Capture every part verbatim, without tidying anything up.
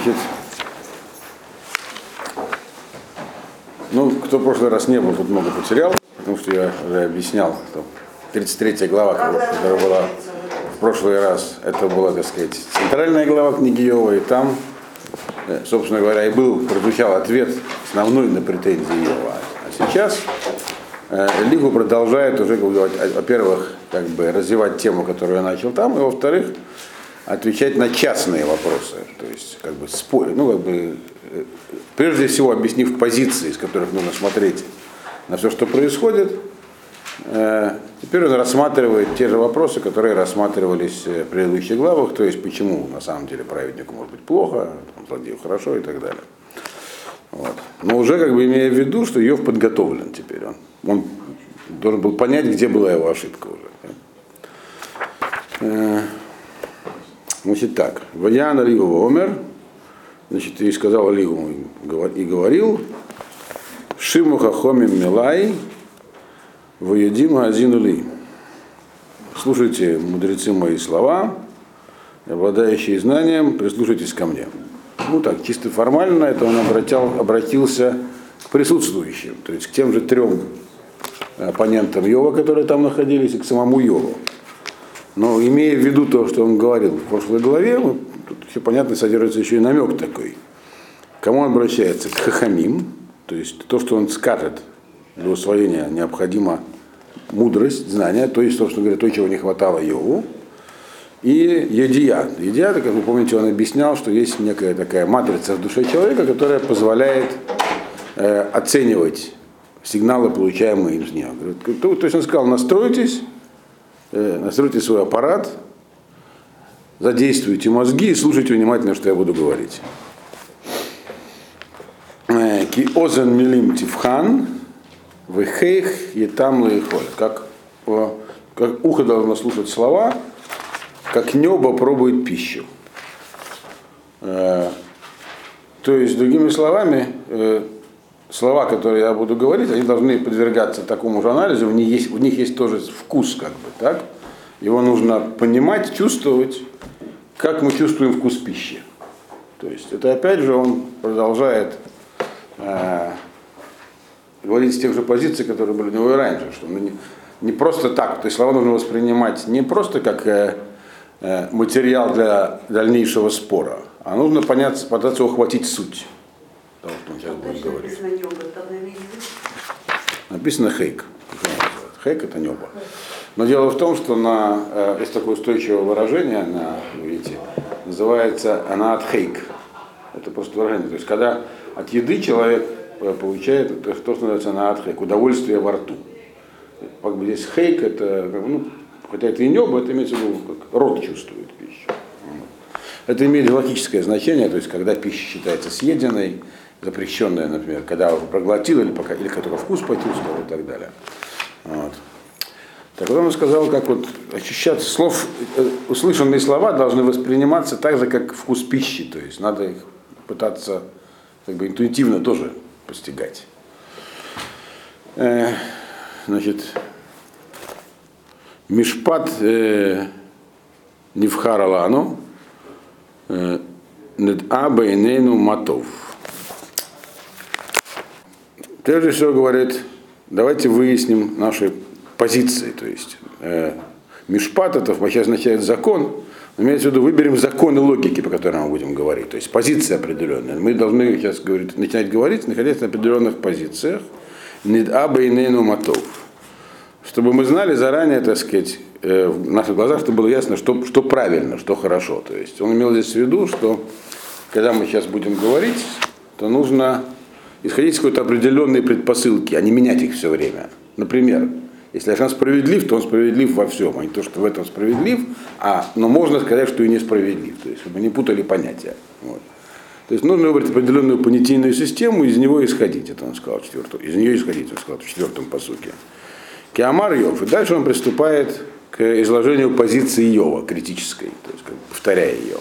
Значит, ну, кто в прошлый раз не был, тут много потерял, потому что я уже объяснял, что тридцать третья глава, которая была в прошлый раз, это была, так сказать, центральная глава книги Иова, и там, собственно говоря, и был, прозвучал ответ основной на претензии Иова. А сейчас Элиху продолжает уже, во-первых, как бы развивать тему, которую я начал там, и во-вторых, отвечать на частные вопросы, то есть как бы спор, ну как бы прежде всего объяснив позиции, с которых нужно смотреть на все, что происходит. Теперь он рассматривает те же вопросы, которые рассматривались в предыдущих главах, то есть почему на самом деле праведнику может быть плохо, злодею хорошо и так далее. Вот. Но уже как бы имея в виду, что Иов подготовлен теперь, он, он должен был понять, где была его ошибка уже. Значит так, Ваян Алигу Омер, значит, и сказал Алигу и говорил, Шиму Хахомим Милай, Ваядим Азинули. Слушайте, мудрецы, мои слова, обладающие знанием, прислушайтесь ко мне. Ну так, чисто формально это он обратил, обратился к присутствующим, то есть к тем же трем оппонентам Иова, которые там находились, и к самому Иову. Но имея в виду то, что он говорил в прошлой главе, вот, тут все понятно, содержится еще и намек такой. К кому он обращается? К хахамим, то есть то, что он скажет для усвоения, необходима мудрость, знание, то есть, собственно говоря, то, чего не хватало Иову. И едия. Едия, как вы помните, он объяснял, что есть некая такая матрица в душе человека, которая позволяет э, оценивать сигналы, получаемые из нее. То, то есть он сказал, настройтесь, э, настройте свой аппарат, задействуйте мозги и слушайте внимательно, что я буду говорить. Ки озен милим тивхан, вехейх етам лейхоль. Как, как ухо должно слушать слова, как небо пробует пищу. Э, то есть, другими словами, э, слова, которые я буду говорить, они должны подвергаться такому же анализу, в них есть, в них есть тоже вкус, как бы, так? Его нужно понимать, чувствовать, как мы чувствуем вкус пищи. То есть, это опять же он продолжает э, говорить с тех же позиций, которые были у него и раньше, что не, не просто так, то есть слова нужно воспринимать не просто как э, материал для дальнейшего спора, а нужно понять, пытаться ухватить суть того, что он сейчас будет говорить. Написано хейк. Хейк это небо. Но дело в том, что на, есть такое устойчивое выражение на иврите, называется она от хейк. Это просто выражение. То есть когда от еды человек получает то, что называется на от хейк, удовольствие во рту. Как бы здесь хейк это, ну, хотя это и небо, это имеется в виду, как рот чувствует пищу. Это имеет логическое значение, то есть когда пища считается съеденной, запрещенная, например, когда уже проглотил или, пока, или которого вкус почувствовал и так далее. Вот. Так вот он сказал, как вот ощущать слов, услышанные слова должны восприниматься так же, как вкус пищи, то есть надо их пытаться как бы интуитивно тоже постигать. Э, значит, Мишпат э, Нивхаралану нед абейнейну матов. Прежде всего говорит, давайте выясним наши позиции. То есть э, Мишпат это вообще означает закон, но имеется в виду выберем законы логики, по которым мы будем говорить. То есть позиция определенная. Мы должны сейчас говорить, начинать говорить, находясь на определенных позициях. Нед абейнейну матов. Чтобы мы знали заранее, так сказать, в наших глазах, чтобы было ясно, что, что правильно, что хорошо. То есть он имел здесь в виду, что когда мы сейчас будем говорить, то нужно исходить из какой-то определенной предпосылки, а не менять их все время. Например, если Ашан справедлив, то он справедлив во всем, а не то, что в этом справедлив, а, но можно сказать, что и несправедлив. То есть чтобы не путали понятия. Вот. То есть нужно выбрать определенную понятийную систему и из него исходить. Это он сказал в четвертом. Из нее исходить, он сказал в четвертом пасуке. Киамар Йов. И дальше он приступает к изложению позиции Иова, критической, то есть как бы повторяя ее.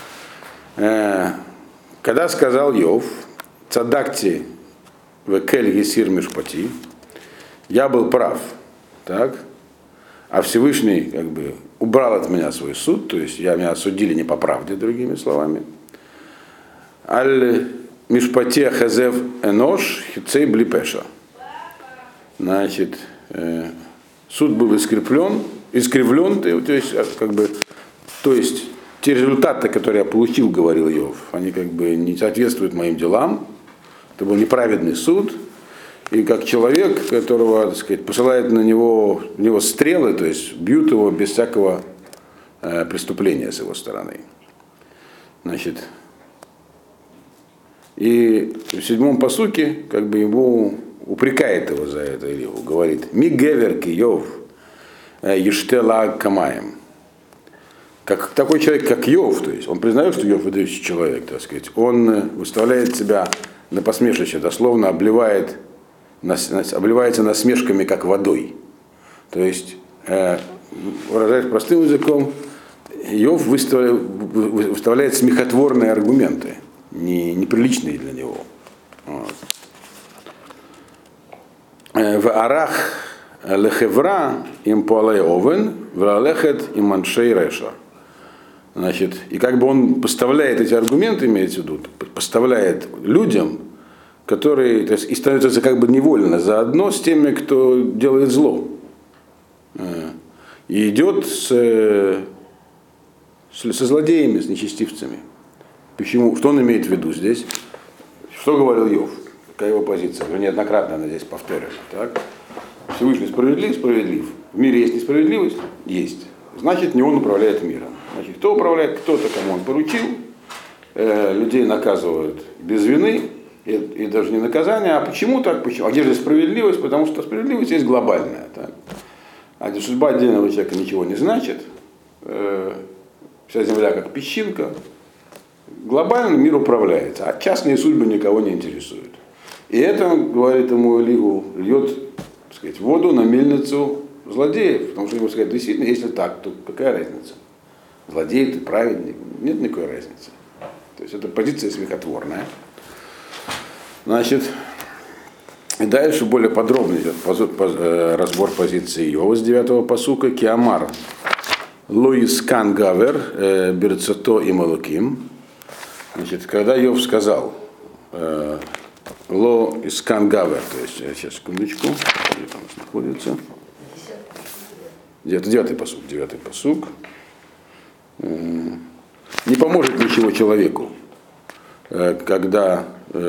Когда сказал Иов, цадакти векель есир мишпати, я был прав, так, а Всевышний как бы убрал от меня свой суд, то есть я, меня осудили не по правде, другими словами. Аль мишпате хазев энош хицей блипеша. Значит, э, суд был искривлен, искривлен, то есть, как бы, то есть те результаты, которые я получил, говорил Иов, они как бы не соответствуют моим делам. Это был неправедный суд. И как человек, которого, так сказать, посылают на него, в него стрелы, то есть бьют его без всякого э, преступления с его стороны. Значит, и в седьмом пасуке как бы его упрекает его за это Илигу, говорит: «Ми гевер киев ештела камаем». Как такой человек, как Йов, то есть он признает, что Йов выдающий человек, так сказать, он выставляет себя на посмешище, дословно обливает, обливается насмешками, как водой. То есть, э, выражаясь простым языком, Йов выставляет, выставляет смехотворные аргументы, не, неприличные для него. Вот. В арах лехевра им пуалей овен, в алехет им маншей реша. Значит, и как бы он поставляет эти аргументы, имеется в виду, поставляет людям, которые, то есть, и становятся как бы невольно заодно с теми, кто делает зло. И идет с, с, со злодеями, с нечестивцами. Почему? Что он имеет в виду здесь? Что говорил Йов? Какая его позиция? Уже неоднократно она здесь повторена. Так? Всевышний справедлив, справедлив. В мире есть несправедливость? Есть. Значит, не он управляет миром. Значит, кто управляет? Кто-то, кому он поручил. Э, людей наказывают без вины. И, и даже не наказание. А почему так? Почему? А где же справедливость? Потому что справедливость есть глобальная. Так? А судьба отдельного человека ничего не значит. Э, вся земля как песчинка. Глобально мир управляется. А частные судьбы никого не интересуют. И это, говорит ему Илигу, льет, так сказать, воду на мельницу злодеев. Потому что ему сказать, действительно, если так, то какая разница? Злодей ты, праведник, нет никакой разницы. То есть это позиция смехотворная. Значит, и дальше более подробный разбор позиции Иова с девятого пасука. Киамар Луискан Гавер Берцето и Малуким. Значит, когда Иов сказал Ло Искан Гавер, то есть, сейчас, секундочку, где там у нас находится? Это девятый пасук, девятый пасук. Не поможет ничего человеку, когда,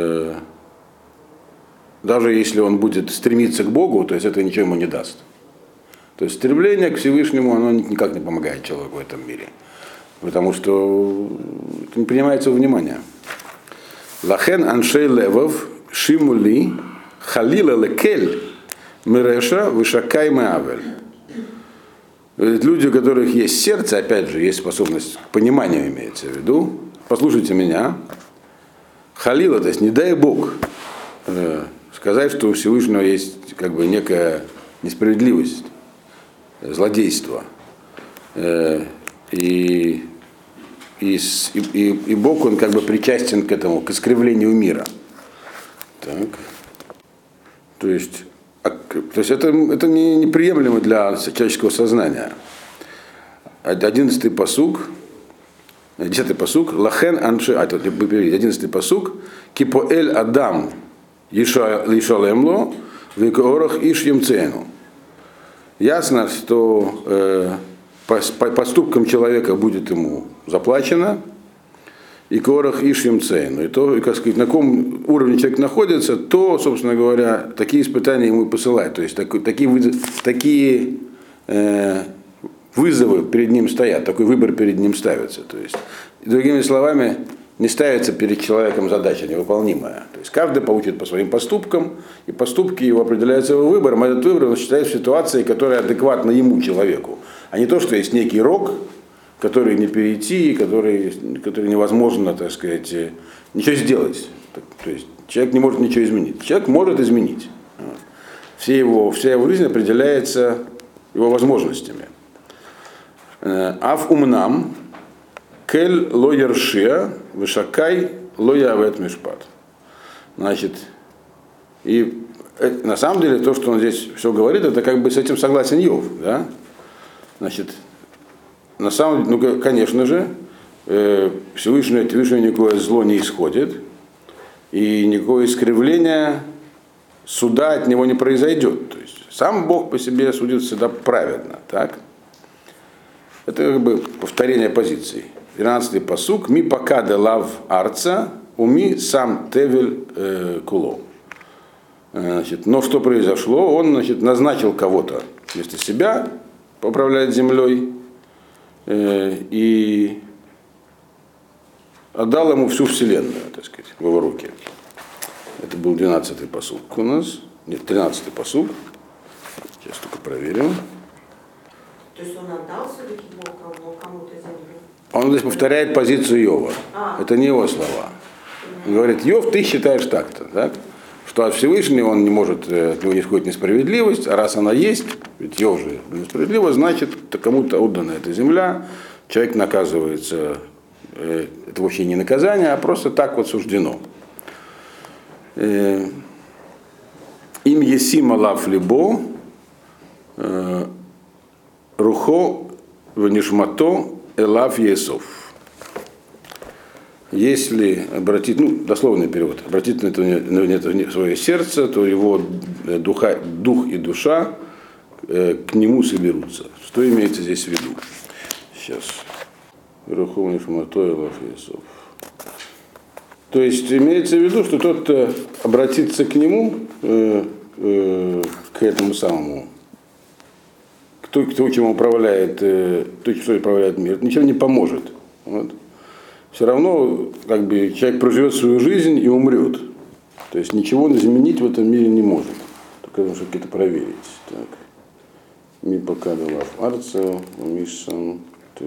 даже если он будет стремиться к Богу, то есть это ничего ему не даст. То есть стремление к Всевышнему, оно никак не помогает человеку в этом мире, потому что это не принимается во внимание. Лахен аншей левов шимули халила лекель миреша вышакай меавель. Люди, у которых есть сердце, опять же, есть способность к пониманию, имеется в виду. Послушайте меня. Халила, то есть не дай Бог э, сказать, что у Всевышнего есть как бы некая несправедливость, злодейство. Э, и, и, и, и Бог, он как бы причастен к этому, к искривлению мира. Так. То есть То есть это, это не, неприемлемо для человеческого сознания. Одиннадцатый пасук, десятый пасук, лахен анши, а это одиннадцатый пасук, кипоэль адам ишалемло викорах иш емцену. Ясно, что э, по, по поступкам человека будет ему заплачено, и корах ишьем цейну. И то, как сказать, на каком уровне человек находится, то, собственно говоря, такие испытания ему и посылают. То есть так, такие, такие э, вызовы перед ним стоят, такой выбор перед ним ставится. То есть, другими словами, не ставится перед человеком задача невыполнимая. То есть каждый получит по своим поступкам, и поступки его определяются его выбором. А этот выбор он считает в ситуации, которая адекватна ему, человеку. А не то, что есть некий рок, который не перейти, который, который невозможно, так сказать, ничего сделать. То есть человек не может ничего изменить. Человек может изменить. Все его, вся его жизнь определяется его возможностями. Ав умнам кель ло ершия вышакай ло явет мишпат. Значит, и на самом деле то, что он здесь все говорит, это как бы с этим согласен Иов, да? Значит, на самом деле, ну, конечно же, э, Всевышнего, от Всевышнего никакое зло не исходит, и никакое искривление суда от него не произойдет. То есть сам Бог по себе судит всегда праведно. Так? Это как бы повторение позиций. двенадцатый пасук. Ми пока де лав арца, уми сам тевель э, куло. Значит, но что произошло? Он, значит, назначил кого-то вместо себя управлять землей э, и отдал ему всю вселенную, так сказать, в его руки. Это был двенадцатый пасук у нас. Нет, тринадцатый пасук. Сейчас только проверим. То есть он отдал все-таки кому-то землю? Он здесь повторяет позицию Йова. А. Это не его слова. Он говорит: Йов, ты считаешь так-то, так? Что от Всевышнего он не может, от него не исходит несправедливость, а раз она есть, ведь Йов же несправедливо, значит, кому-то отдана эта земля, человек наказывается, это вообще не наказание, а просто так вот суждено. Им есима лав либо, рухо ванишмато элав есов. Если обратить, ну, дословный перевод, обратить на это, на это свое сердце, то его духа, дух и душа э, к нему соберутся. Что имеется здесь в виду? Сейчас. Рухо ванишмато элав есов. То есть имеется в виду, что тот, кто обратится к нему, э, э, к этому самому, кто, кто чем управляет, э, кто, кто управляет мир, ничем не поможет. Вот. Все равно как бы, человек проживет свою жизнь и умрет. То есть ничего изменить в этом мире не может. Только нужно что-то проверить. Так. Ми пока лав арца, мишсан,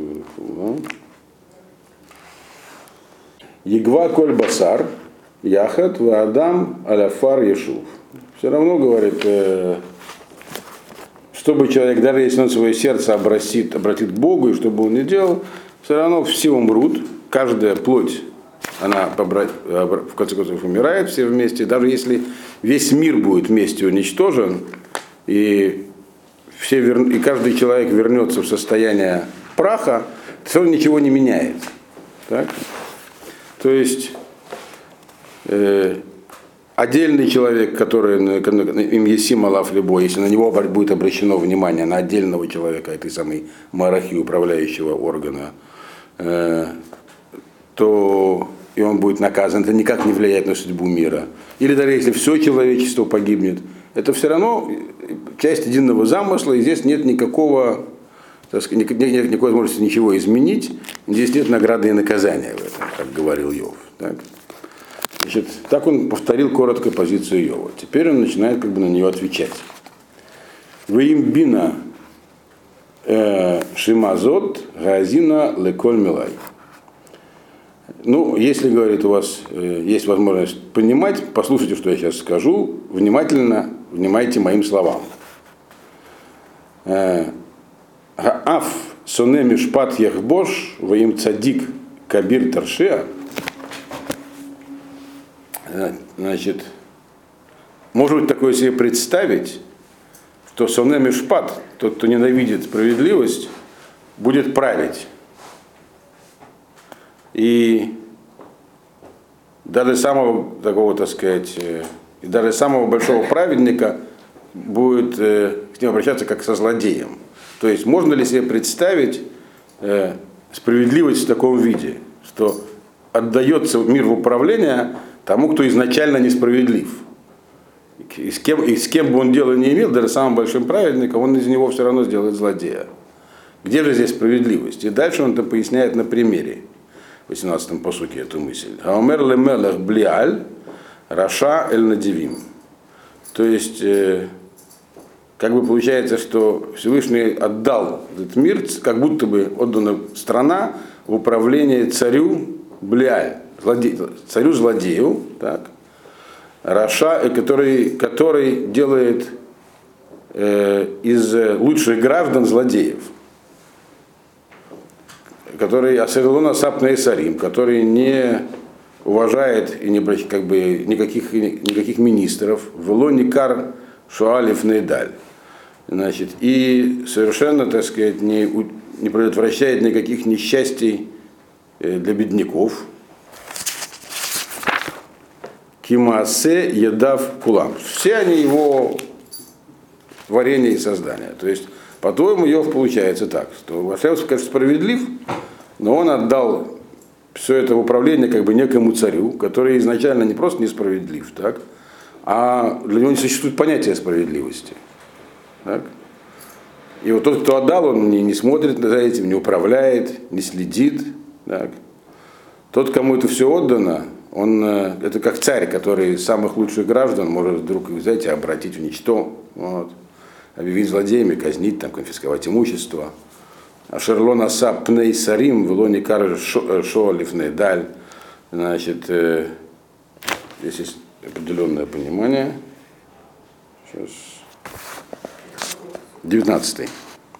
Егва коль басар, яхат, ваадам, аляфар, ешув. Все равно, говорит, э, чтобы человек, даже если он свое сердце обратит, обратит к Богу, и что бы он ни делал, все равно все умрут, каждая плоть, она в конце концов умирает все вместе, даже если весь мир будет вместе уничтожен, и, все вер... и каждый человек вернется в состояние праха, все равно ничего не меняется. Так? То есть э, отдельный человек, который им есима лав либо, если на него будет обращено внимание, на отдельного человека, этой самой марахи, управляющего органа, э, то и он будет наказан, это никак не влияет на судьбу мира. Или даже если все человечество погибнет, это все равно часть единого замысла, и здесь нет никакого, так сказать, нет никакой возможности ничего изменить, здесь нет награды и наказания в этом, как говорил Йов. Так? Значит, так он повторил коротко позицию Йова. Теперь он начинает как бы на нее отвечать. Ваимбина шимазот газина леколь милай. Ну, если, говорит, у вас э, есть возможность понимать, послушайте, что я сейчас скажу, внимательно внимайте моим словам. Аф соне мишпат яхбош воим цадик кабир таршеа. Значит, может быть такое себе представить, что соне мишпат, тот, кто ненавидит справедливость, будет править. И даже самого такого, так сказать, и даже самого большого праведника будет э, к ним обращаться как со злодеем. То есть можно ли себе представить э, справедливость в таком виде, что отдается мир в управление тому, кто изначально несправедлив. И с кем, и с кем бы он дела не имел, даже самым большим праведником, он из него все равно сделает злодея. Где же здесь справедливость? И дальше он это поясняет на примере. В восемнадцатом посуке эту мысль. Аумер лемелах блиаль, раша эль надивим. То есть, э, как бы получается, что Всевышний отдал этот мир, как будто бы отдана страна в управление царю блиаль, злоде, царю-злодею, так, раша, который, который делает э, из лучших граждан злодеев. Который Асерлона Сапна Исарим, который не уважает и не, как бы, никаких, никаких министров, Велоникар Шуалев Нейдаль. Значит, и совершенно, так сказать, не, не предотвращает никаких несчастий для бедняков. Кимаасе едав кулам. Все они его творения и создания. То есть, по-твоему, Иов получается так, что Вашев, конечно, справедлив, но он отдал все это в управление как бы некому царю, который изначально не просто несправедлив, так, а для него не существует понятия справедливости. Так? И вот тот, кто отдал, он не, не смотрит за этим, не управляет, не следит. Так? Тот, кому это все отдано, он, это как царь, который самых лучших граждан может вдруг взять и обратить в ничто, вот, объявить злодеями, казнить, там, конфисковать имущество. А Шерлон Асап Пней Сарим, Велони Кар Шоалифней Даль. Значит, э, здесь есть определенное понимание. Сейчас. девятнадцатый.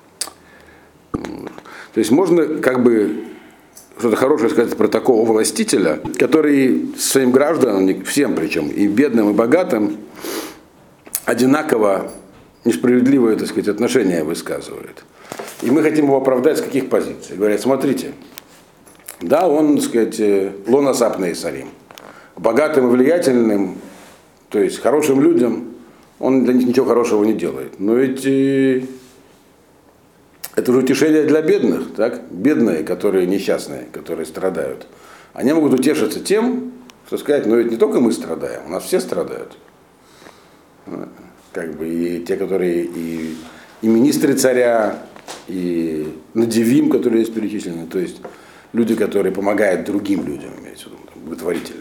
То есть можно как бы что-то хорошее сказать про такого властителя, который своим гражданам, всем причем, и бедным, и богатым, одинаково несправедливое, так сказать, отношение высказывает. И мы хотим его оправдать с каких позиций? Говорят, смотрите, да, он, так сказать, лона сапный сарим. Богатым и влиятельным, то есть хорошим людям, он для них ничего хорошего не делает. Но ведь это же утешение для бедных, так? Бедные, которые несчастные, которые страдают. Они могут утешиться тем, что сказать, но ведь не только мы страдаем, у нас все страдают. Как бы и те, которые и, и министры царя, и надевим, которые есть перечислены, то есть люди, которые помогают другим людям, имеется в виду, благотворители.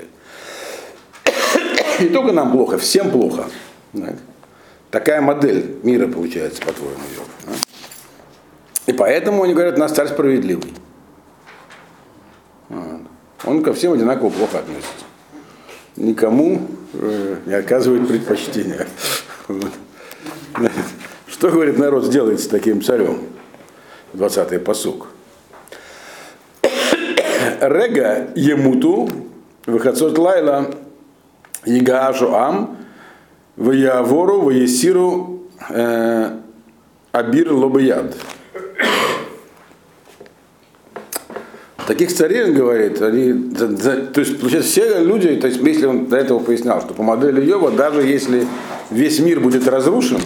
Не только нам плохо, всем плохо. Так? Такая модель мира получается, по-твоему, Иов. Да? И поэтому они говорят, наш царь справедливый. Вот. Он ко всем одинаково плохо относится. Никому э, не оказывает предпочтения. Вот. Что, говорит, народ сделает с таким царем? двадцатый пасук. Рега емуту выходцот лайла Игаашу ам ваявору ваясиру абир лобияд. Таких царей, он говорит, они, за, за, то есть, получается, все люди, то есть, если он до этого пояснял, что по модели Иова, даже если весь мир будет разрушен,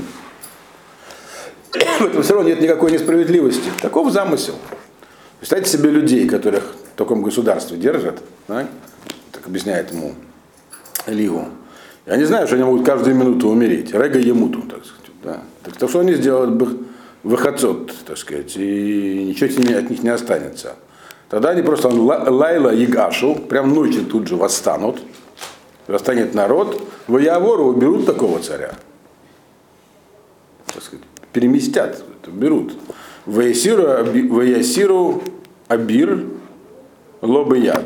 в этом все равно нет никакой несправедливости. Таков замысел. Представьте себе людей, которых в таком государстве держат, да? Так объясняет ему Элигу. И они знают, что они могут каждую минуту умереть. Рега емуту, так сказать. Да. Так то, что они сделают бы выходцот, так сказать, и ничего от них не останется. Тогда они просто лайла ягашу, прям ночью тут же восстанут, восстанет народ, в Явору уберут такого царя. Так сказать, переместят, уберут. В Ясиру абир лобыяд.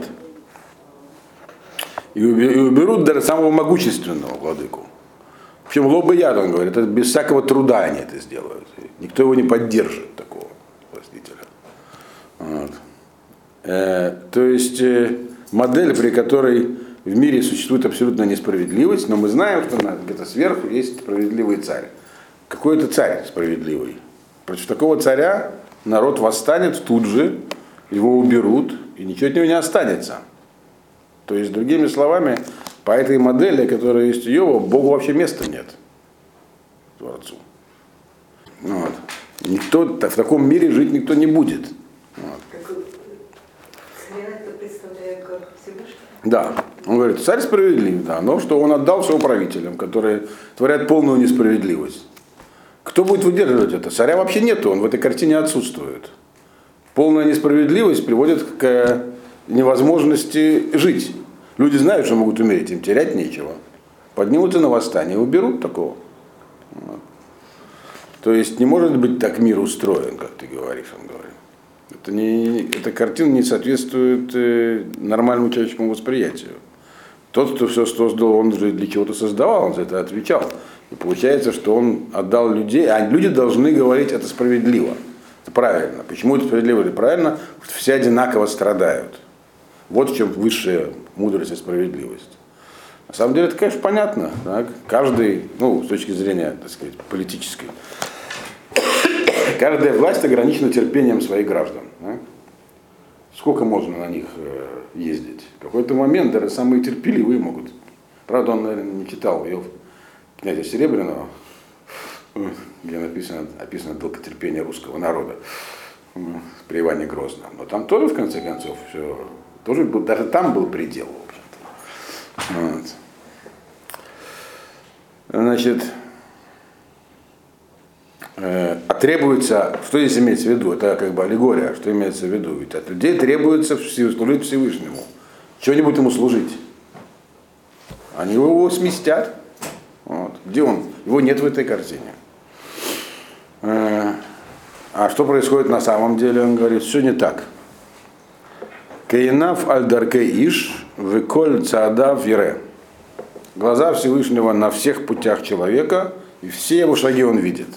И уберут даже самого могущественного владыку. В общем, лобыяд, он говорит, это без всякого труда они это сделают. Никто его не поддержит, такого властителя. Вот. Э, то есть э, модель, при которой в мире существует абсолютная несправедливость, но мы знаем, что где-то сверху есть справедливый царь. Какой это царь справедливый? Против такого царя народ восстанет тут же, его уберут, и ничего от него не останется. То есть, другими словами, по этой модели, которая есть у Иова, Богу вообще места нет. Творцу. Вот. Никто, в таком мире жить никто не будет. Вот. Царя это представляет как Всевышний? Да. Он говорит, царь справедлив, да, но что он отдал все управителям, которые творят полную несправедливость. Кто будет выдерживать это? Царя вообще нету, он в этой картине отсутствует. Полная несправедливость приводит к невозможности жить. Люди знают, что могут умереть, им терять нечего. Поднимутся на восстание и уберут такого. Вот. То есть не может быть так мир устроен, как ты говоришь, он говорит. Это не, эта картина не соответствует э, нормальному человеческому восприятию. Тот, кто все создал, он же для чего-то создавал, он за это отвечал. И получается, что он отдал людей, а люди должны говорить, это справедливо. Это правильно. Почему это справедливо или правильно? Все одинаково страдают. Вот в чем высшая мудрость и справедливость. На самом деле это, конечно, понятно. Так? Каждый, ну, с точки зрения, так сказать, политической, каждая власть ограничена терпением своих граждан. Так? сколько можно на них ездить? В какой-то момент даже самые терпеливые могут. Правда, он, наверное, не читал ее князя Серебряного, где написано, описано долготерпение русского народа при Иване Грозном. Но там тоже, в конце концов, все, тоже был, даже там был предел, в общем-то. Вот. Значит, э, а требуется, что здесь имеется в виду? Это как бы аллегория, что имеется в виду? Ведь от людей требуется служить Всевышнему, чего-нибудь ему служить. Они его сместят. Вот. Где он? Его нет в этой картине. Э, а что происходит на самом деле? Он говорит, все не так. Кейнаф аль-даркей иш, веколь цаадав ире. Глаза Всевышнего на всех путях человека, и все его шаги он видит.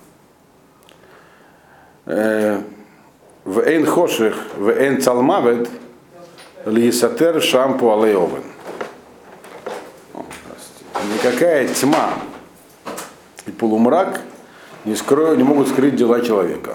В эйн хоших, в эйн цалмавет, лисатер шампу алейовен. Никакая тьма и полумрак не, скроют, не могут скрыть дела человека.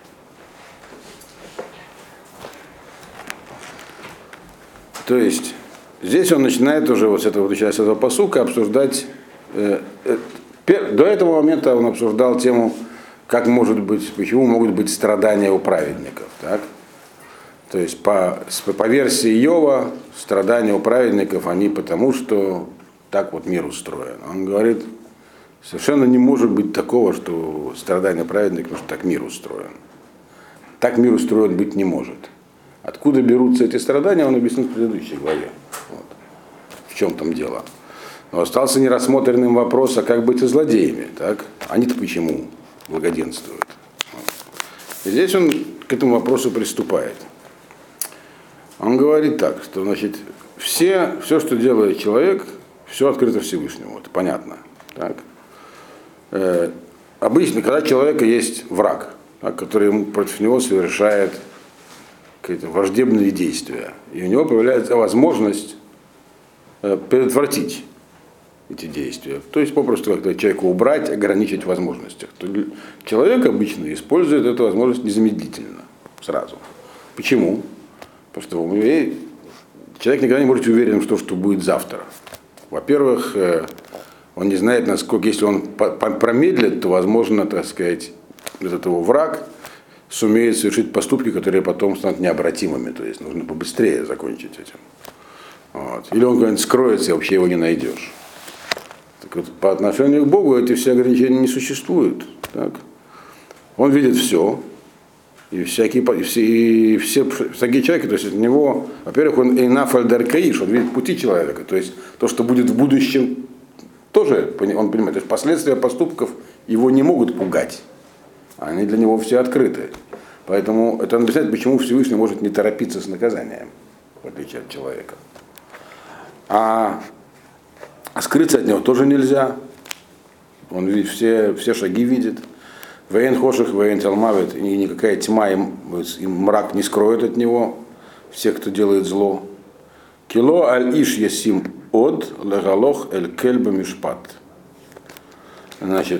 То есть здесь он начинает уже вот с этого части этого пасука обсуждать. Э, э, пер, до этого момента он обсуждал тему, как может быть, почему могут быть страдания у праведников. Так? То есть по, по версии Иова страдания у праведников они потому, что так вот мир устроен. Он говорит, совершенно не может быть такого, что страдания праведников, потому что так мир устроен. Так мир устроен быть не может. Откуда берутся эти страдания, он объяснил в предыдущей главе. Вот. В чем там дело. Но остался нерассмотренным вопрос, а как быть со злодеями? Так? Они-то почему благоденствуют? Вот. И здесь он к этому вопросу приступает. Он говорит так, что значит, все, все, что делает человек, все открыто Всевышнему. Это понятно. Так? Э, обычно, когда у человека есть враг, так, который против него совершает какие-то враждебные действия, и у него появляется возможность э, предотвратить эти действия. То есть попросту как-то человека убрать, ограничить в возможностях. То человек обычно использует эту возможность незамедлительно, сразу. Почему? Потому что человек никогда не может быть уверен в том, что будет завтра. Во-первых, э, он не знает, насколько, если он промедлит, то, возможно, так сказать, этот его враг сумеет совершить поступки, которые потом станут необратимыми. То есть нужно побыстрее закончить этим. Вот. Или он куда-нибудь скроется, и вообще его не найдешь. Так вот, по отношению к Богу эти все ограничения не существуют. Так? Он видит все. И всякие, и все, и все, всякие человеки, то есть от него, во-первых, он эйнаф аль-даркаиш, он видит пути человека. То есть то, что будет в будущем, тоже он понимает. То есть последствия поступков его не могут пугать. Они для него все открыты. Поэтому это объясняет, почему Всевышний может не торопиться с наказанием, в отличие от человека. А, а скрыться от него тоже нельзя. Он видит, все, все шаги видит. Вейн хоших, вейн талмавит, и никакая тьма и мрак не скроет от него всех, кто делает зло. Кило аль иш ясим од легалох эль кельба мишпат. Значит,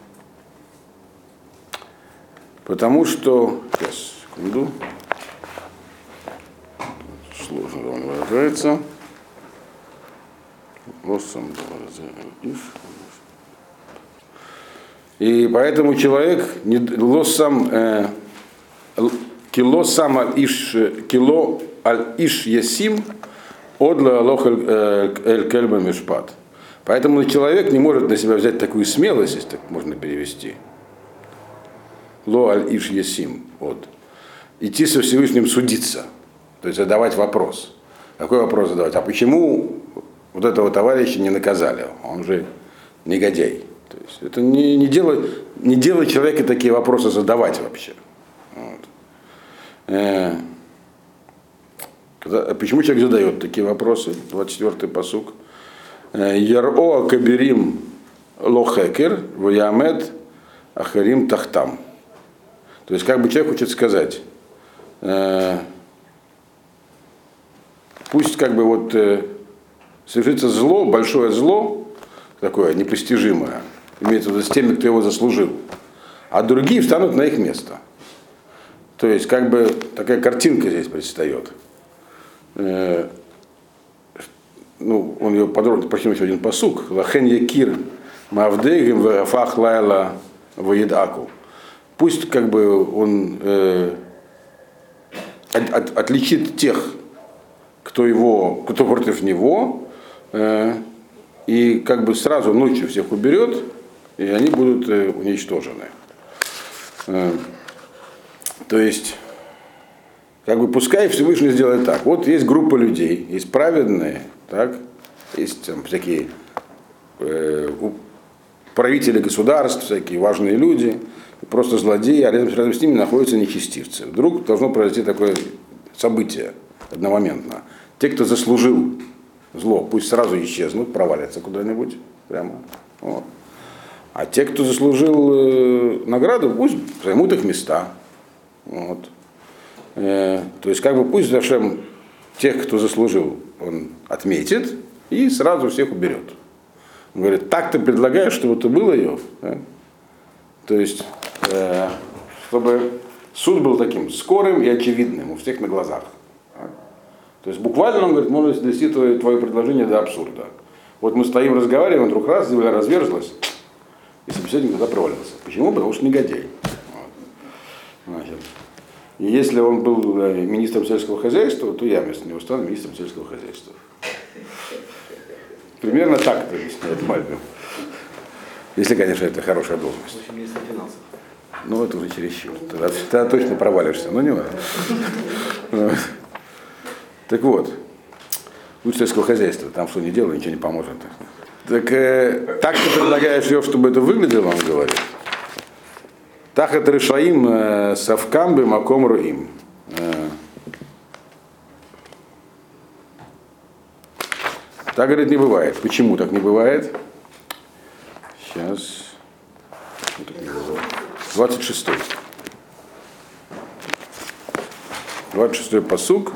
потому что, сейчас, секунду, сложно он выражается. И поэтому человек не лосам э, кило сам аль иш кило аль иш ясим одла алох эль кельба мишпат. Поэтому человек не может на себя взять такую смелость, если так можно перевести. Ло аль иш ясим от. Идти со Всевышним судиться, то есть задавать вопрос. Какой вопрос задавать? А почему вот этого товарища не наказали? Он же негодяй. То есть это не, не, дело, не дело человека такие вопросы задавать вообще. Вот. Э, когда, почему человек задает такие вопросы? двадцать четвёртый пасук. Яро кабирим лохекер ваямед ахарим тахтам. То есть как бы человек хочет сказать, э, пусть как бы вот э, совершится зло, большое зло, такое непостижимое, имеется в виду с теми, кто его заслужил, а другие встанут на их место. То есть, как бы, такая картинка здесь предстает. Э, ну, он ее подробно, прочтем еще один пасук. Лахен якир мавдегим вафах лайла воедаку. Пусть как бы он э, от, от, отличит тех, кто его, кто против него, э, и как бы сразу ночью всех уберет, и они будут э, уничтожены. Э, то есть, как бы пускай Всевышний сделает так. Вот есть группа людей, есть праведные, так, есть там всякие э, правители государств, всякие важные люди, просто злодеи, а рядом, рядом с ними находятся нечестивцы. Вдруг должно произойти такое событие одномоментно. Те, кто заслужил зло, пусть сразу исчезнут, провалятся куда-нибудь прямо. Вот. А те, кто заслужил э, награду, пусть займут их места. Вот. Э, то есть, как бы пусть Зашем тех, кто заслужил, он отметит и сразу всех уберет. Он говорит, так ты предлагаешь, чтобы это было, Иов? Да? То есть, э, чтобы суд был таким скорым и очевидным у всех на глазах. Да? То есть, буквально, он говорит, можно довести твое, твое предложение до абсурда. Вот мы стоим, разговариваем, вдруг раз, земля разверзлась, и собеседник туда провалился. Почему? Потому что негодяй. Вот. Значит, и если он был министром сельского хозяйства, то я вместо него стану министром сельского хозяйства. Примерно так это объясняет Мальбим. Если, конечно, это хорошая должность. Министр финансов. Ну, это уже чересчур. Тогда, тогда точно провалишься, но не важно. Так вот, лучше сельского хозяйства, там что не делай, ничего не поможет. Так, э, так ты предлагаешь ее, чтобы это выглядело, он говорит. Тахат решаим савкамбы маком руим. Так, говорит, не бывает. Почему так не бывает? Сейчас. двадцать шестой. двадцать шестой пасук.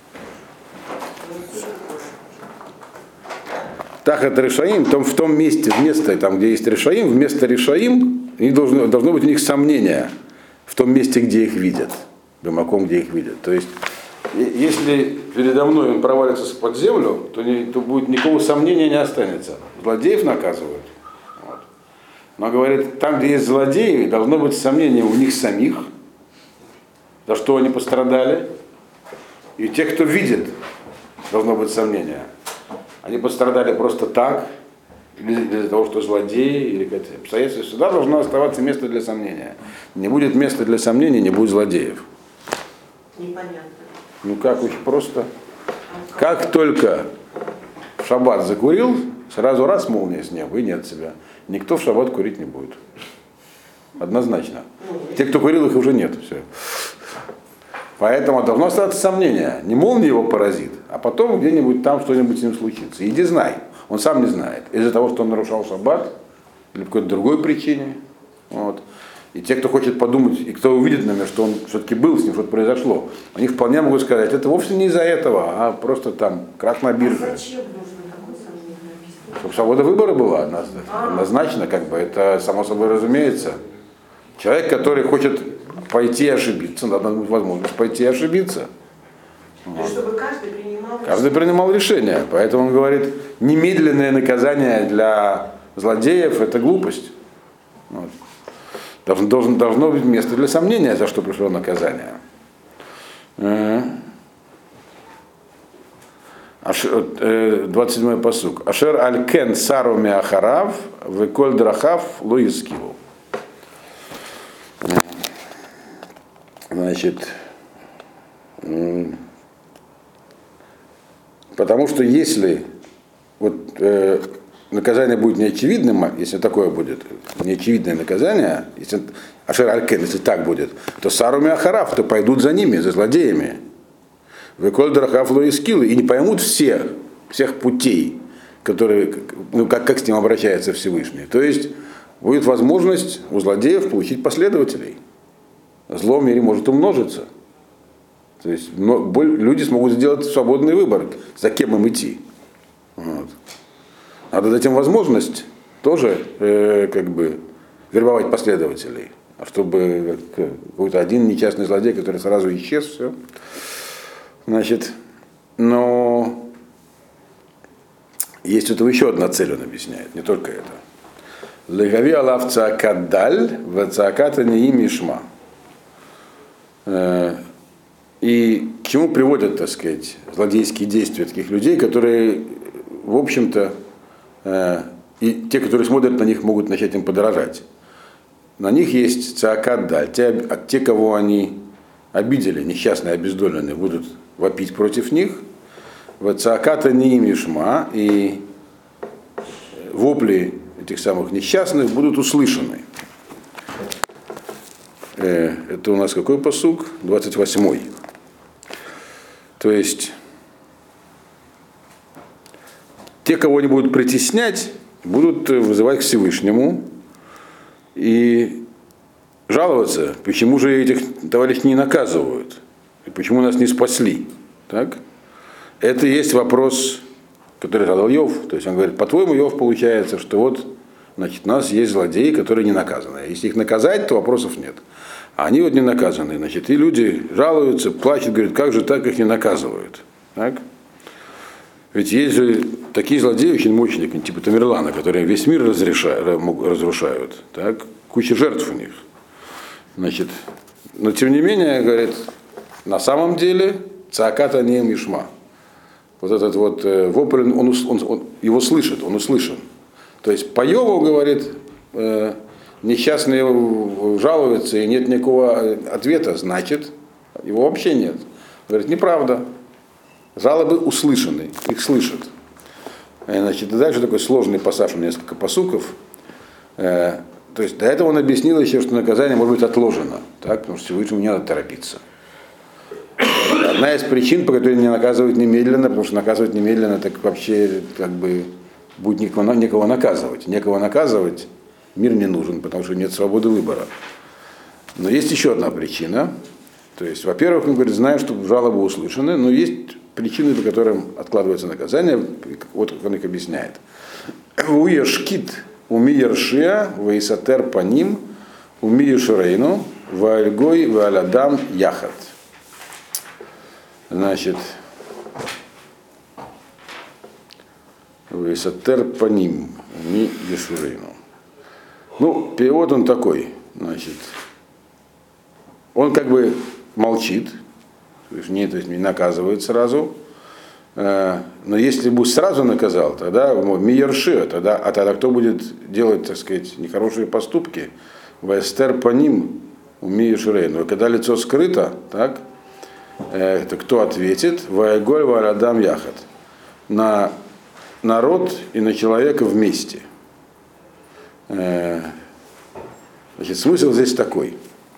Тахат решаим, там в том месте, вместо, там, где есть решаим, вместо решаим, не должно, должно быть у них сомнение в том месте, где их видят. Бимаком, где их видят. То есть, если передо мной он провалится под землю, то, не, то будет никакого сомнения не останется. Злодеев наказывают. Вот. Но говорит, там, где есть злодеи, должно быть сомнение у них самих, за что они пострадали. И у тех, кто видит, должно быть сомнение. Они пострадали просто так, или из-за того, что злодеи, или какие-то обстоятельства. Всегда должно оставаться место для сомнения. Не будет места для сомнения, не будет злодеев. Непонятно. Ну как, очень просто. Как только в шаббат закурил, сразу раз молния с неба, и нет себя. Никто в шаббат курить не будет. Однозначно. Те, кто курил, их уже нет. Все. Поэтому должно остаться сомнение. Не молния его поразит, а потом где-нибудь там что-нибудь с ним случится. Иди знай. Он сам не знает. Из-за того, что он нарушал шаббат, или по какой-то другой причине. Вот. И те, кто хочет подумать, и кто увидит, наверное, что он все-таки был, с ним что-то произошло, они вполне могут сказать, это вовсе не из-за этого, а просто там крах на бирже. А зачем нужно такое сомнение объяснить? Чтобы свобода выбора была однозначно, как бы, это само собой разумеется. Человек, который хочет пойти и ошибиться, надо дать возможность пойти и ошибиться. То есть, чтобы каждый принимал Каждый принимал решение, поэтому он говорит, немедленное наказание для злодеев – это глупость. Вот. Должно, должно, должно быть место для сомнения, за что пришло наказание. двадцать седьмой пасук. Ашер аль-кен сару меахарав веколь драхав луискиву. Значит, потому что если вот, э, наказание будет неочевидным, если такое будет, неочевидное наказание, если Ашер аль-кен, если так будет, то сару меахарав, то пойдут за ними, за злодеями. Веколь драхав луискиву, и не поймут всех, всех путей, которые, ну, как, как с ним обращается Всевышний. То есть будет возможность у злодеев получить последователей. Зло в мире может умножиться. То есть люди смогут сделать свободный выбор, за кем им идти. Вот. Надо дать им возможность тоже э, как бы вербовать последователей. а чтобы какой-то один несчастный злодей, который сразу исчез, все. Значит, но есть этого еще одна цель, он объясняет, не только это. Легави алав цаакадаль, в цааката неим ишма. И к чему приводят, так сказать, злодейские действия таких людей, которые, в общем-то, и те, которые смотрят на них, могут начать им подражать. На них есть цаакадаль, те, те, кого они обидели, несчастные, обездоленные, будут вопить против них. В цааката неим ишма, и вопли этих самых несчастных будут услышаны. Это у нас какой пасук? двадцать восьмой. То есть те, кого они будут притеснять, будут вызывать к Всевышнему и жаловаться, почему же этих товарищей не наказывают, и почему нас не спасли. Так? Это и есть вопрос, который задал Йов. То есть он говорит, по-твоему, Йов, получается, что вот, значит, у нас есть злодеи, которые не наказаны. Если их наказать, то вопросов нет. А они вот не наказаны. Значит, и люди жалуются, плачут, говорят, как же так их не наказывают. Так? Ведь есть же такие злодеи очень мощные, типа Тамерлана, которые весь мир разрушают. Так? Куча жертв у них. Значит, но тем не менее, говорит, на самом деле цааката неим ишма. Вот этот вот вопль, он, он, он его слышит, он услышан. То есть по Йову, говорит, э, несчастные жалуются, и нет никакого ответа, значит, его вообще нет. Говорит, неправда. Жалобы услышаны, их слышат. Значит, и дальше такой сложный пассаж, несколько пасуков. Э, то есть до этого он объяснил еще, что наказание может быть отложено, так, потому что Всевышнему не надо торопиться. Одна из причин, по которой не наказывают немедленно, потому что наказывать немедленно, так вообще как бы будет никого, никого наказывать. Некого наказывать, мир не нужен, потому что нет свободы выбора. Но есть еще одна причина. То есть, во-первых, он говорит, знаю, что жалобы услышаны, но есть причины, по которым откладывается наказание. Вот как он их объясняет. Уешкит умиершия вейсатер паним умиешрейну ваальгой ваалядам яхат. Значит, вейсатер паним умиешрейну. Ну, перевод он такой, значит, он как бы молчит, то есть не, то есть не наказывает сразу, но если бы сразу наказал, тогда миерши, тогда, а тогда кто будет делать, так сказать, нехорошие поступки? Вестер по ним умиешрей. Но когда лицо скрыто, так, это кто ответит? Ваеголь варадам яхат. На народ и на человека вместе. Значит, смысл здесь такой.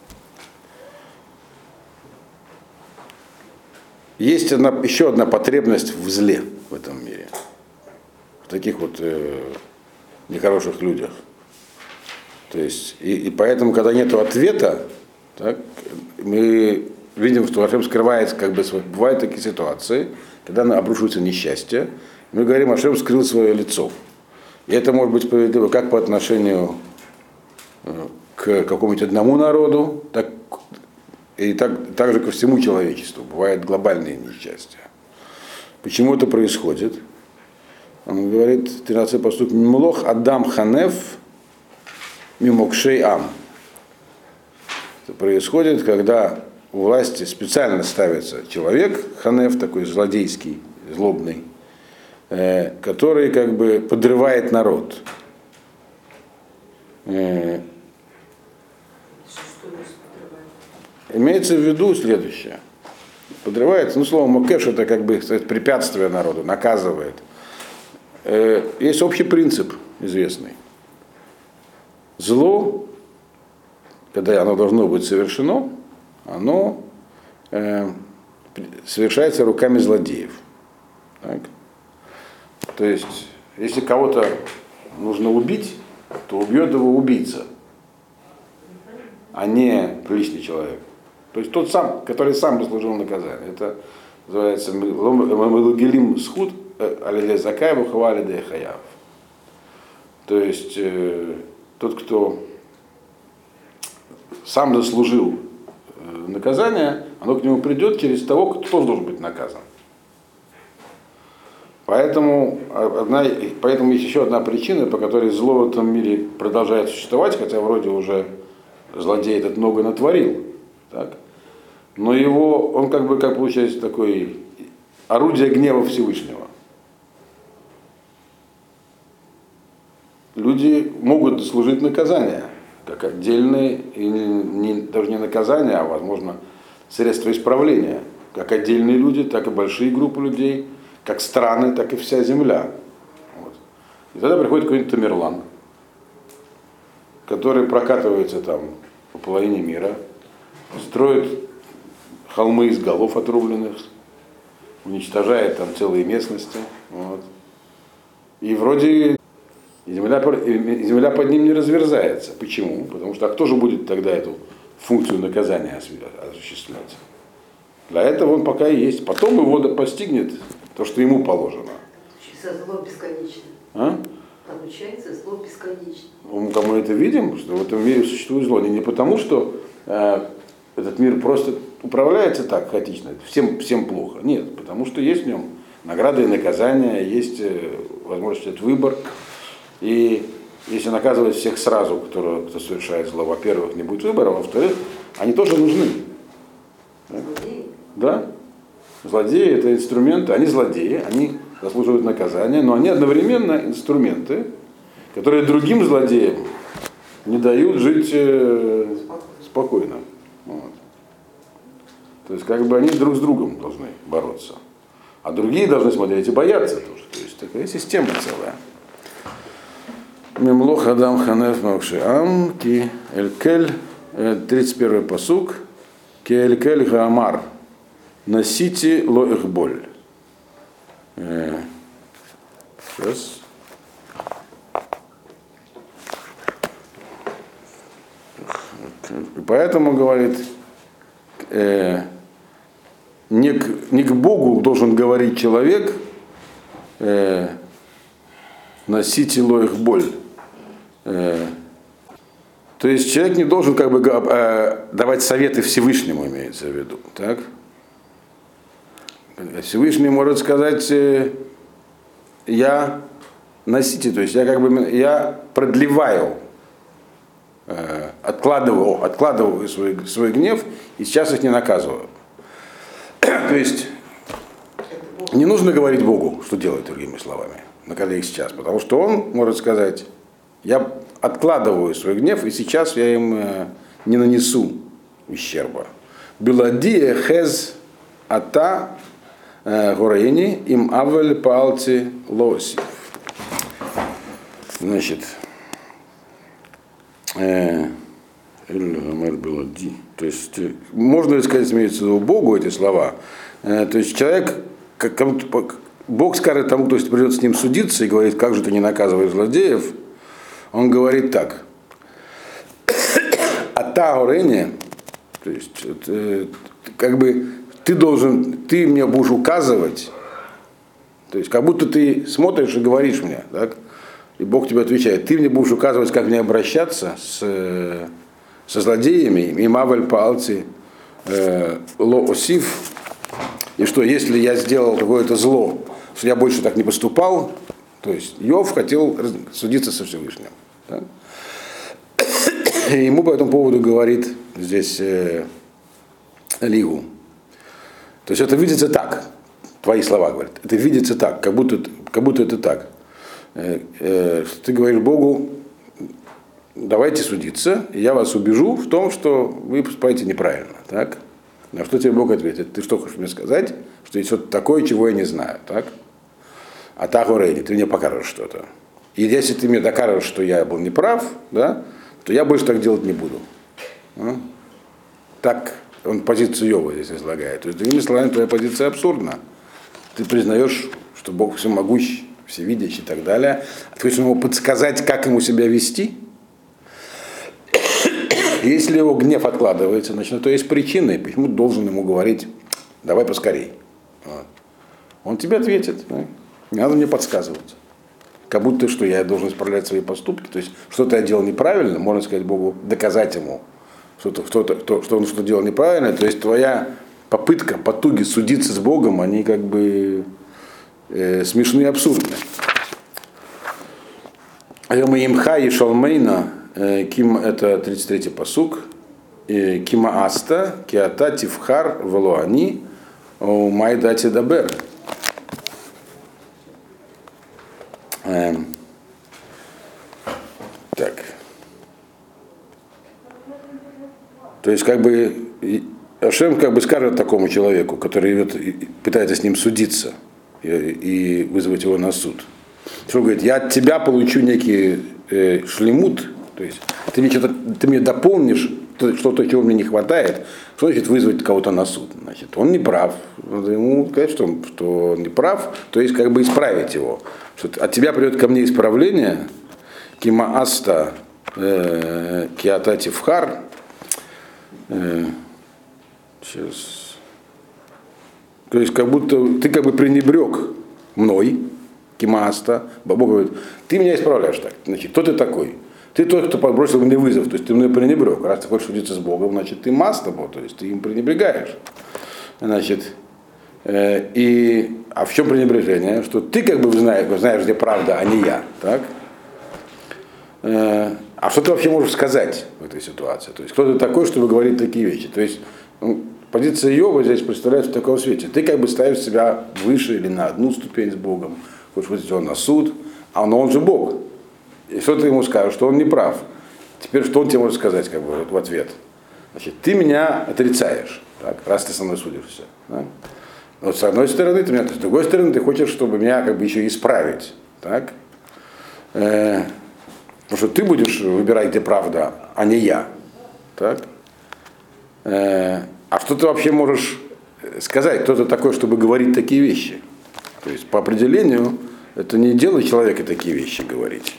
Есть одна, еще одна потребность в зле в этом мире. В таких вот э, нехороших людях. То есть, и, и поэтому, когда нет ответа, так, мы видим, что Ашем скрывает, как бы, бывают такие ситуации, когда обрушивается несчастье, мы говорим, Ашем скрыл свое лицо. И это может быть справедливо как по отношению к какому-нибудь одному народу, так и так, также ко всему человечеству. Бывают глобальные несчастья. Почему это происходит? Он говорит, тринадцатый пастух, «Млох Адам Ханеф мимокшей ам». Это происходит, когда у власти специально ставится человек, Ханеф, такой злодейский, злобный, э, который как бы подрывает народ. Э, Имеется в виду следующее. Подрывается, ну, слово мокеш, это как бы сказать, препятствие народу, наказывает. Э, есть общий принцип известный. Зло, когда оно должно быть совершено, оно э, совершается руками злодеев. Так? То есть, если кого-то нужно убить, то убьет его убийца, а не приличный человек. То есть тот сам, который сам заслужил наказание. Это называется «Мелугелим схуд аль-ле закаеву хавали де хаяв». То есть э, тот, кто сам заслужил наказание, оно к нему придет через того, кто тоже должен быть наказан. Поэтому, одна, поэтому есть еще одна причина, по которой зло в этом мире продолжает существовать, хотя вроде уже злодей этот много натворил. Так? Но его, он как бы, как получается, такой орудие гнева Всевышнего. Люди могут заслужить наказание, как отдельные, и не, не, даже не наказание, а, возможно, средства исправления. Как отдельные люди, так и большие группы людей, как страны, так и вся земля. Вот. И тогда приходит какой-нибудь Тамерлан, который прокатывается там по половине мира, строит холмы из голов отрубленных, уничтожает там целые местности. Вот. И вроде земля, земля под ним не разверзается. Почему? Потому что а кто же будет тогда эту функцию наказания осуществлять? Для этого он пока и есть. Потом его постигнет то, что ему положено. Получается, зло бесконечно. А? Получается, зло бесконечно. Ну, мы это видим, что в этом мире существует зло. Не, не потому, что э, этот мир просто управляется так хаотично, всем, всем плохо. Нет, потому что есть в нем награды и наказания, есть э, возможность сделать выбор. И если наказывать всех сразу, кто, кто совершает зло, во-первых, не будет выбора, во-вторых, они тоже нужны. Злодеи? Да. Злодеи — это инструменты, они злодеи, они заслуживают наказания, но они одновременно инструменты, которые другим злодеям не дают жить э, спокойно. Вот. То есть как бы они друг с другом должны бороться. А другие должны смотреть и бояться тоже. То есть такая система целая. Мемлох Адам Ханеф Мавшиам Ки Элькель, тридцать первый пасук, Ки Элькель Гаамар. Носите лоэх боль. Сейчас. Поэтому, говорит, э, не, к, не к Богу должен говорить человек, э, носите лоэх боль. Э, то есть человек не должен как бы э, давать советы Всевышнему, имеется в виду. Так? Всевышний может сказать, я носите, то есть я как бы я продлеваю, откладываю, откладываю свой, свой гнев и сейчас их не наказываю. То есть не нужно говорить Богу, что делать, другими словами, наказать их сейчас, потому что он может сказать, я откладываю свой гнев и сейчас я им не нанесу ущерба. Биладия хез ата Горейни им авель палти лоси. Значит, э, то есть можно ли сказать, имеется в виду Богу эти слова? Э, то есть человек, как, Бог скажет тому, кто придет с ним судиться и говорит, как же ты не наказываешь злодеев, он говорит так. Ата Горейни, то есть это, как бы ты должен, ты мне будешь указывать, то есть как будто ты смотришь и говоришь мне, так? И Бог тебе отвечает, ты мне будешь указывать, как мне обращаться с, со злодеями, и мавель палти ло осив, и что если я сделал какое-то зло, что я больше так не поступал, то есть Йов хотел судиться со Всевышним. Так? И ему по этому поводу говорит здесь э, Лигу. То есть это видится так, твои слова говорят, это видится так, как будто, как будто это так. Э, э, ты говоришь Богу, давайте судиться, и я вас убежу в том, что вы поступаете неправильно. Так? На что тебе Бог ответит? Ты что хочешь мне сказать, что есть что-то такое, чего я не знаю, так? А так, Урейни, ты мне покажешь что-то. И если ты мне докажешь, что я был неправ, да, то я больше так делать не буду. А? Так он позицию Йова здесь излагает. То есть, другими словами, твоя позиция абсурдна. Ты признаешь, что Бог всемогущий, всевидящий и так далее. А ты хочешь ему подсказать, как ему себя вести? Если его гнев откладывается, значит, то есть причины, почему ты должен ему говорить, давай поскорей. Вот. Он тебе ответит. Да? Не надо мне подсказывать. Как будто что я должен исправлять свои поступки. То есть что-то я делал неправильно, можно сказать Богу, доказать ему, что-то, что-то, что, что он что делал неправильно, то есть твоя попытка, потуги судиться с Богом, они как бы э, смешны и абсурдны. Имха и Шалмейна, Ким, это тридцать третий пасук, Кима Аста, Киата Тивхар, Валуани, Майдати Дабер. Так. То есть, как бы, Ашем как бы скажет такому человеку, который идет, пытается с ним судиться и, и вызвать его на суд. Что он говорит, я от тебя получу некий э, шлемут, то есть ты мне, что-то, ты мне дополнишь что-то, чего мне не хватает, что значит вызвать кого-то на суд? Значит, он не прав. Надо ему сказать, что он, что он не прав, то есть как бы исправить его. Что от тебя придет ко мне исправление, Кима Аста, э, Киата Тивхар, э, сейчас, то есть как будто ты как бы пренебрег мной, Кимаста, Бог говорит, ты меня исправляешь так. Значит, кто ты такой? Ты тот, кто подбросил мне вызов, то есть ты мной пренебрег. Раз ты хочешь судиться с Богом, значит, ты маста, то есть ты им пренебрегаешь. Значит, э, и, а в чем пренебрежение? Что ты как бы знаешь, знаешь, где правда, а не я. Так? Э, а что ты вообще можешь сказать в этой ситуации? То есть кто ты такой, чтобы говорить такие вещи? То есть ну, позиция Иова здесь представляется в таком свете. Ты как бы ставишь себя выше или на одну ступень с Богом, хочешь вызвать его на суд, а он, он же Бог. И что ты ему скажешь, что он не прав. Теперь что он тебе может сказать как бы, в ответ? Значит, ты меня отрицаешь, так, раз ты со мной судишься. Да? Вот с одной стороны, ты меня, с другой стороны, ты хочешь, чтобы меня как бы еще исправить. Так? Э, потому что ты будешь выбирать, где правда, а не я. Так? Э, а что ты вообще можешь сказать? Кто ты такой, чтобы говорить такие вещи? То есть по определению это не дело человека такие вещи говорить.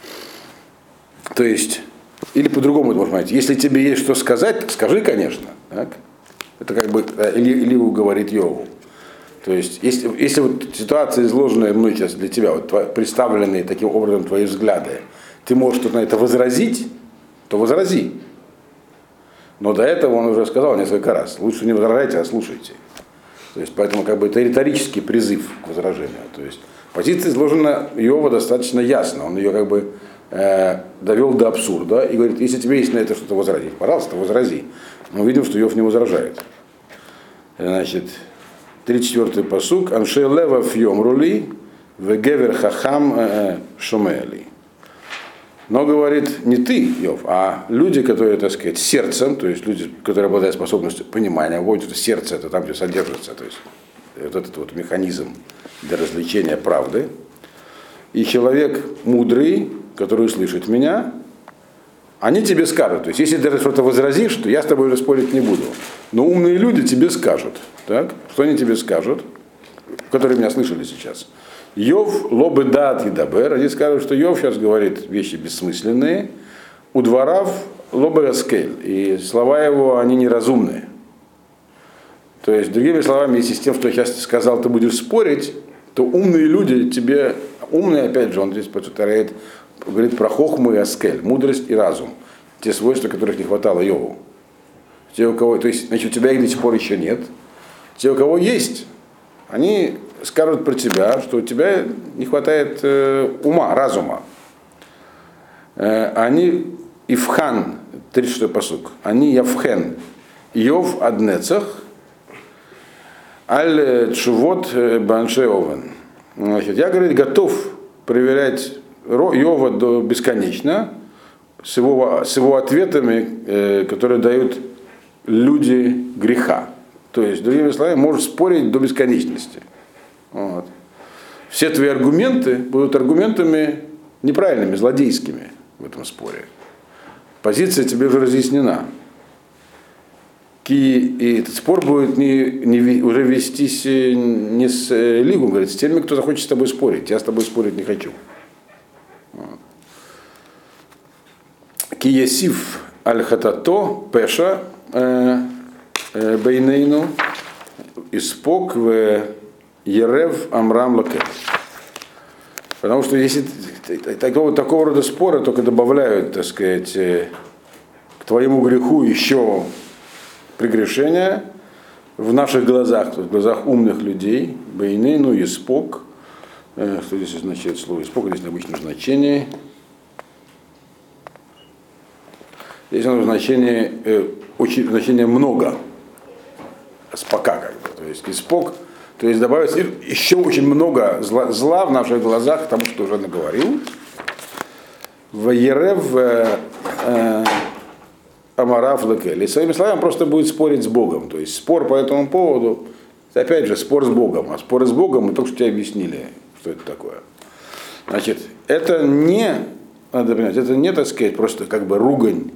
То есть, или по-другому это можно понять, если тебе есть что сказать, так скажи, конечно. Так? Это как бы или, или говорит Йову. То есть, если, если вот ситуация, изложенная мной сейчас для тебя, вот, твои, представленные таким образом твои взгляды, ты можешь тут на это возразить, то возрази. Но до этого он уже сказал несколько раз, лучше не возражайте, а слушайте. То есть, поэтому как бы это риторический призыв к возражению. То есть, позиция изложена Иова достаточно ясно, он ее как бы э, довел до абсурда и говорит, если тебе есть на это что-то возразить, пожалуйста, возрази. Мы видим, что Иов не возражает. Значит, тридцать четвёртый пасук. Аншей лева фьем рули, вегевер хахам шумели. Но говорит не ты, Иов, а люди, которые, так сказать, сердцем, то есть люди, которые обладают способностью понимания, вот это сердце, это там, где содержится, то есть вот этот вот механизм для развлечения правды. И человек мудрый, который слышит меня, они тебе скажут, то есть если ты что-то возразишь, то я с тобой уже спорить не буду. Но умные люди тебе скажут, так? Что они тебе скажут, которые меня слышали сейчас? Йов лобы дат и дабер, они скажут, что Йов сейчас говорит вещи бессмысленные, у дворов лобы аскель, и слова его, они неразумные. То есть, другими словами, если с тем, что я сейчас сказал, ты будешь спорить, то умные люди тебе, умные, опять же, он здесь повторяет, говорит про хохму и аскель, мудрость и разум, те свойства, которых не хватало Йову. Те, у кого, то есть, значит, у тебя их до сих пор еще нет. Те, у кого есть, они скажут про тебя, что у тебя не хватает э, ума, разума. Э, они ивхан, тридцать шестой пасук, они явхен, Йов аднецах, аль чувот баншеовен. Значит, я, говорит, готов проверять Йова до бесконечно с его, с его ответами, э, которые дают люди греха. То есть, другими словами, можешь спорить до бесконечности. Вот. Все твои аргументы будут аргументами неправильными, злодейскими в этом споре. Позиция тебе уже разъяснена. И этот спор будет не, не, уже вестись не с Лигом, говорит, с теми, кто захочет с тобой спорить. Я с тобой спорить не хочу. Киесив аль-хатато пеша бейнейну испок в ерев амрам лакет. Потому что если такого, такого рода споры только добавляют, так сказать, твоему греху еще прегрешение в наших глазах, то есть в глазах умных людей, бейны, ну, испок. Что здесь означает слово испок? Здесь обычное значение. Здесь оно значение, э, очень, значение много. Спока как бы. То есть испок, то есть добавится еще очень много зла, зла в наших глазах, тому, что уже наговорил. В Ерев э, Амарав Лекель. И своими словами он просто будет спорить с Богом. То есть спор по этому поводу, опять же, спор с Богом. А споры с Богом мы только что тебе объяснили, что это такое. Значит, это не, надо понять, это не, так сказать, просто как бы ругань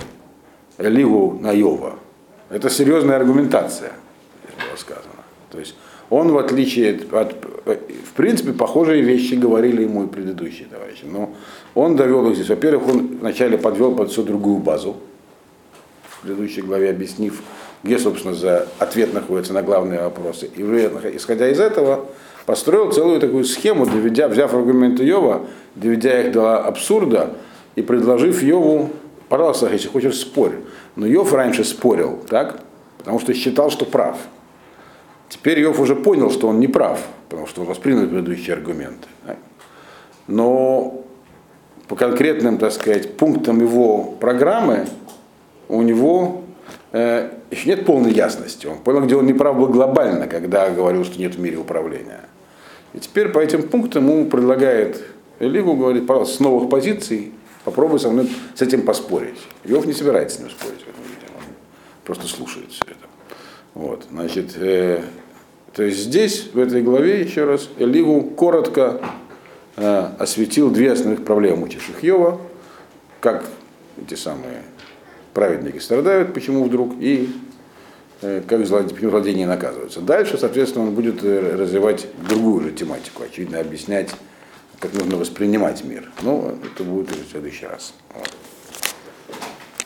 Элигу на Йова. Это серьезная аргументация, как было сказано. То есть он, в отличие от, в принципе, похожие вещи говорили ему и предыдущие товарищи. Но он довел их здесь. Во-первых, он вначале подвел под всю другую базу, в предыдущей главе объяснив, где, собственно, за ответ находится на главные вопросы. И, исходя из этого, построил целую такую схему, доведя, взяв аргументы Йова, доведя их до абсурда и предложив Йову: пожалуйста, если хочешь, спорь. Но Йов раньше спорил, так? Потому что считал, что прав. Теперь Йов уже понял, что он не прав, потому что он воспринял предыдущие аргументы. Так? Но по конкретным, так сказать, пунктам его программы у него э, еще нет полной ясности. Он понял, где он неправ был глобально, когда говорил, что нет в мире управления. И теперь по этим пунктам ему предлагает Элигу, говорит: пожалуйста, с новых позиций попробуй со мной с этим поспорить. Йов не собирается с ним спорить в этом виде, он просто слушает все это. Вот, значит, э, то есть здесь, в этой главе, еще раз, Элигу коротко э, осветил две основных проблемы, мучивших Йова: как эти самые праведники страдают, почему вдруг, и э, как злодеи наказываются. Дальше, соответственно, он будет развивать другую же тематику, очевидно, объяснять, как нужно воспринимать мир. Но это будет уже в следующий раз. Вот.